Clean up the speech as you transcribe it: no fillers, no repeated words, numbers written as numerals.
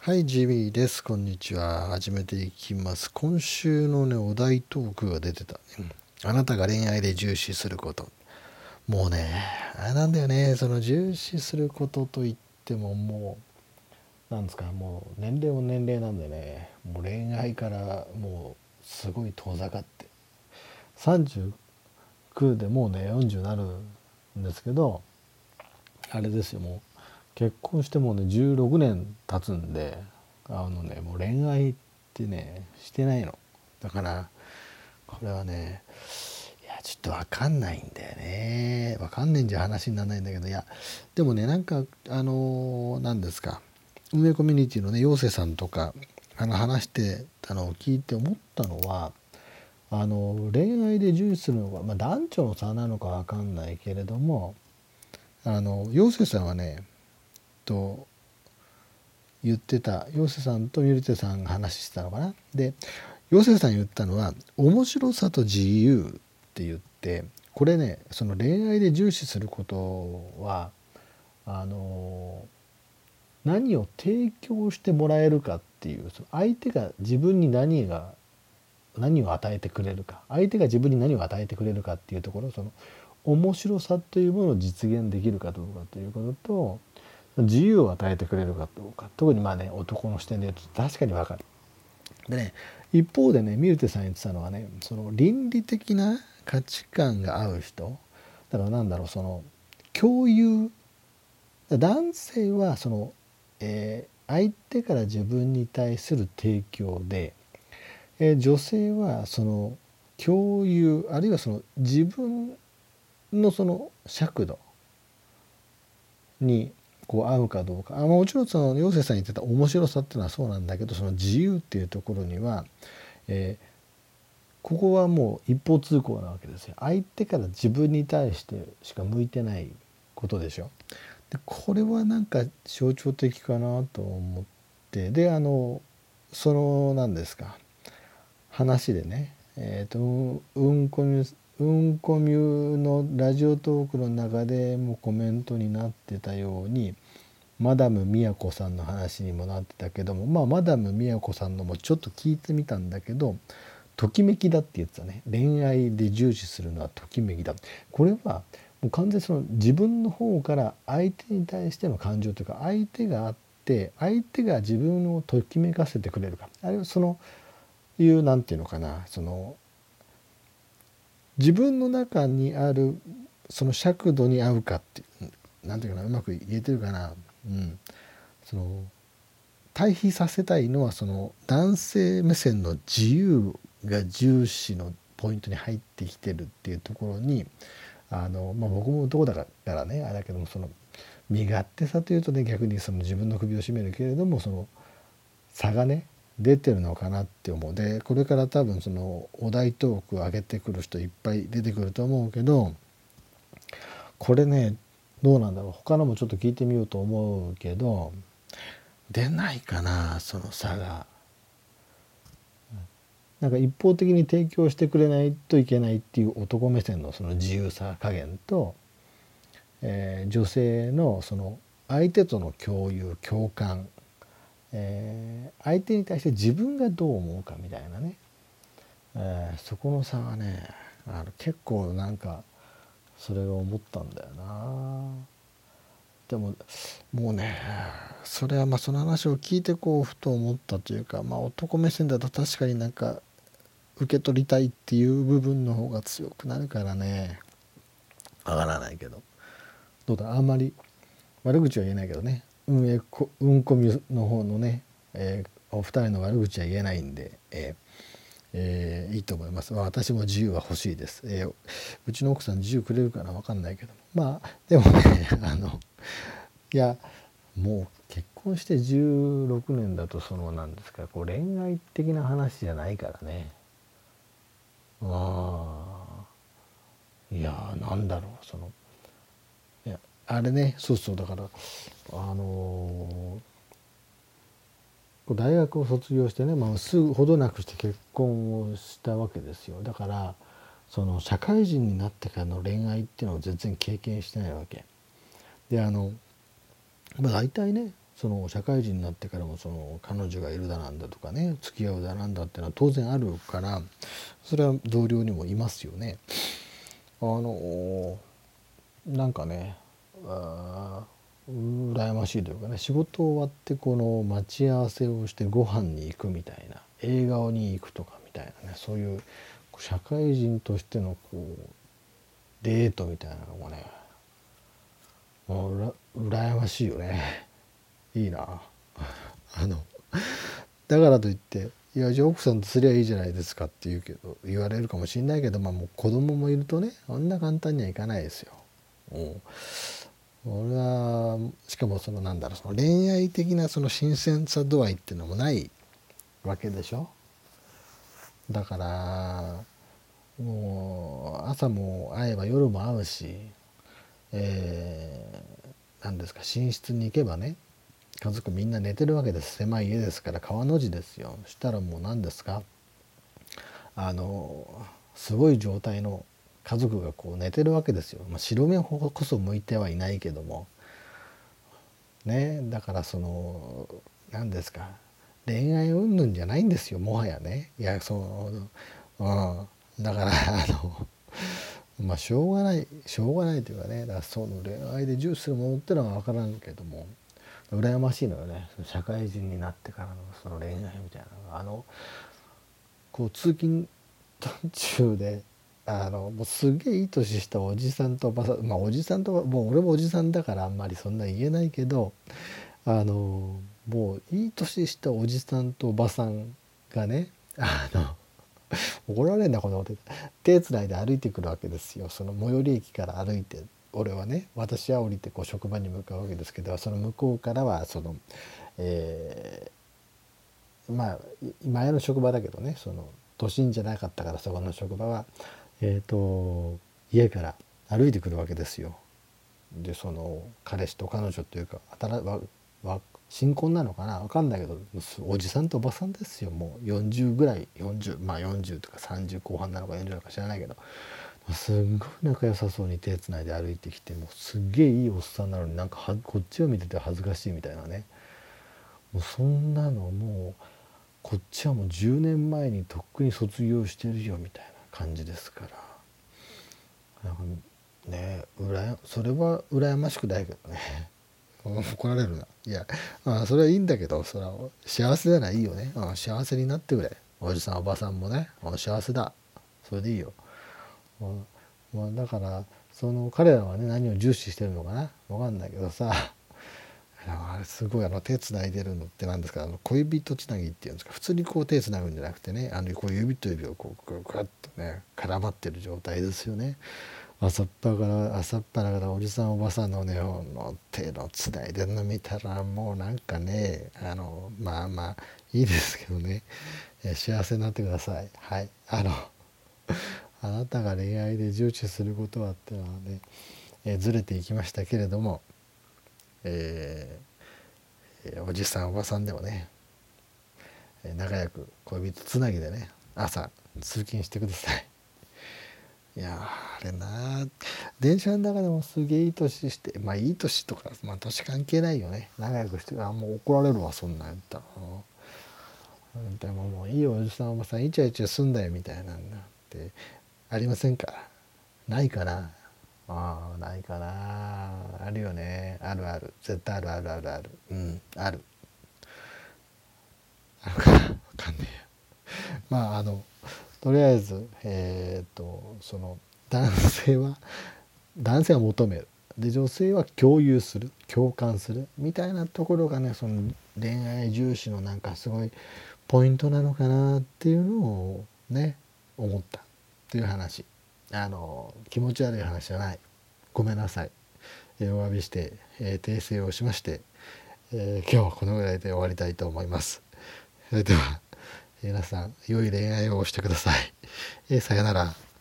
はい、ジミーです。こんにちは。始めていきます。今週のね、お題トークが出てた。あなたが恋愛で重視すること。もうね、あれなんだよね。その重視することといってももう、なんですか、もう年齢も年齢なんでね、もう恋愛からもうすごい遠ざかって。39でもうね、40になるんですけど、あれですよ、もう結婚してもうね、16年経つんで、もう恋愛ってねしてないのだから、これはね、いやちょっと分かんないんだよね。分かんねえんじゃ話にならないんだけど、いやでもね、なんか何ですか、運営コミュニティのね、陽瀬さんとか話してたのを聞いて思ったのは、恋愛で重視するのが、男女の差なのか分かんないけれども、陽瀬さんはねと言ってた、陽瀬さんとミルテさんが話してたのかな。で、陽瀬さん言ったのは面白さと自由って言って、これね、その恋愛で重視することは何を提供してもらえるかっていう、その相手が自分に何を与えてくれるか、相手が自分に何を与えてくれるかっていうところ、その面白さというものを実現できるかどうかということと、自由を与えてくれるかどうか、特に男の視点で言うと確かに分かる。でね、一方でね、ミルテさん言ってたのはね、その倫理的な価値観が合う人だから、なんだろう、その共有、男性はその、相手から自分に対する提供で、女性はその共有、あるいはその自分のその尺度にこう合うかどうか、もちろんその陽生さん言ってた面白さっていうのはそうなんだけど、その自由っていうところには、ここはもう一方通行なわけですよ。相手から自分に対してしか向いてないことでしょ。でこれはなんか象徴的かなと思って、でその何ですか、話でね、うんこみゅのラジオトークの中でもコメントになってたように、マダム宮子さんの話にもなってたけども、マダム宮子さんのもちょっと聞いてみたんだけど、ときめきだって言ってたね。恋愛で重視するのはときめきだ。これはもう完全にその自分の方から相手に対しての感情というか、相手があって、相手が自分をときめかせてくれるか、あるいはそのいうなんていうのかな、その自分の中にあるその尺度に合うかっていう、なんていうかな、うまく言えてるかな。その対比させたいのは、その男性目線の自由が重視のポイントに入ってきてるっていうところに、僕も男だからねあれだけども、その身勝手さというとね、逆にその自分の首を絞めるけれども、その差がね出てるのかなって思う。でこれから多分そのお題トークを上げてくる人いっぱい出てくると思うけど、これね、どうなんだろう、他のもちょっと聞いてみようと思うけど、出ないかな、その差が。なんか一方的に提供してくれないといけないっていう男目線のその自由さ加減と、女性のその相手との共有共感、相手に対して自分がどう思うかみたいなね、そこの差はね、結構なんかそれが思ったんだよな。でももうね、それはその話を聞いてこうふと思ったというか、男目線だと確かになんか受け取りたいっていう部分の方が強くなるからね。わからないけど、どうだ、あんまり悪口は言えないけどね、うんこみの方のね、お二人の悪口は言えないんで、いいと思います。私も自由は欲しいです。うちの奥さん自由くれるかな、分かんないけど、でもねいや、もう結婚して16年だと、そのなんですか、こう恋愛的な話じゃないからね。いやなんだろう、その、いやあれね、そうそう、だから大学を卒業してね、すぐほどなくして結婚をしたわけですよ。だからその社会人になってからの恋愛っていうのを全然経験してないわけで、大体ね、 その社会人になってからもその彼女がいるだなんだとかね、付き合うだなんだっていうのは当然あるから、それは同僚にもいますよね。なんかね、羨ましいというかね、仕事終わってこの待ち合わせをしてご飯に行くみたいな、映画に行くとかみたいなね、そういう社会人としてのこうデートみたいなのもね、もう羨ましいよね。いいな。だからといって「いやじゃあ奥さんとすりゃいいじゃないですか」って言われるかもしれないけど、まあもう子供もいるとね、あんな簡単にはいかないですよ。俺はしかもそのなんだろう、その恋愛的なその新鮮さ度合いっていうのもないわけでしょ。だからもう朝も会えば夜も会うし、何ですか、寝室に行けばね、家族みんな寝てるわけです。狭い家ですから川の字ですよ。そしたらもう何ですか、すごい状態の家族がこう寝てるわけですよ。白目こそ向いてはいないけどもね。だからその何ですか、恋愛云々じゃないんですよ、もはやね。いやだからしょうがないというかね、だからその恋愛で重視するものってのは分からんけども、羨ましいのよね、社会人になってからのその恋愛みたいなのが、こう通勤途中でもうすげえいい年したおじさんとおばさん、おじさんともう俺もおじさんだからあんまりそんな言えないけど、もういい年したおじさんとおばさんがね、怒られるんだこのこと手つないで歩いてくるわけですよ。その最寄り駅から歩いて、私は降りてこう職場に向かうわけですけど、その向こうからはその、前の職場だけどね、その都心じゃなかったからそこの職場は、家から歩いてくるわけですよ。でその彼氏と彼女というか新婚なのかな分かんないけど、おじさんとおばさんですよ。もう40ぐらい、40とか30後半なのか40なのか知らないけど、すんごい仲良さそうに手つないで歩いてきて、もうすっげえいいおっさんなのに、なんかこっちを見てて恥ずかしいみたいなね。もうそんなのもうこっちはもう10年前にとっくに卒業してるよみたいな感じですから、なんかね、それは羨ましくないけどね。怒られるな。いや、それはいいんだけど、それは幸せならいいよね。幸せになってくれ。おじさんおばさんもね、幸せだ。それでいいよ。だからその彼らはね、何を重視してるのかな分かんないけどさ、すごい手つないでるのって何ですか、恋人つなぎっていうんですか、普通にこう手つなぐんじゃなくてね、こう指と指をこうグッとね絡まってる状態ですよね。朝っぱらからおじさんおばさんのね手のつないでるの見たら、もうなんかね、いいですけどね、幸せになってください。はい、あなたが恋愛で重視することはっていうのはね、ずれていきましたけれども、おじさんおばさんでもね、仲良く恋人つなぎでね朝通勤してください。いやあれな、電車の中でもすげえいい年して、いい年とか年関係ないよね。仲良くしてもう怒られるわそんなんやったら。でももういいよおじさんおばさんイチャイチャすんだよみたいなんだってありませんか？ないかな。ないかな。あるよね。あるある、絶対あるあるあるある。ある。あるかな、分かんねえや。とりあえずその男性は求める、で女性は共有する、共感するみたいなところがね、その恋愛重視のなんかすごいポイントなのかなっていうのをね思ったっていう話。気持ち悪い話じゃない。ごめんなさい。お詫びして、訂正をしまして、今日はこのぐらいで終わりたいと思います。それでは皆さん良い恋愛をしてください。さよなら。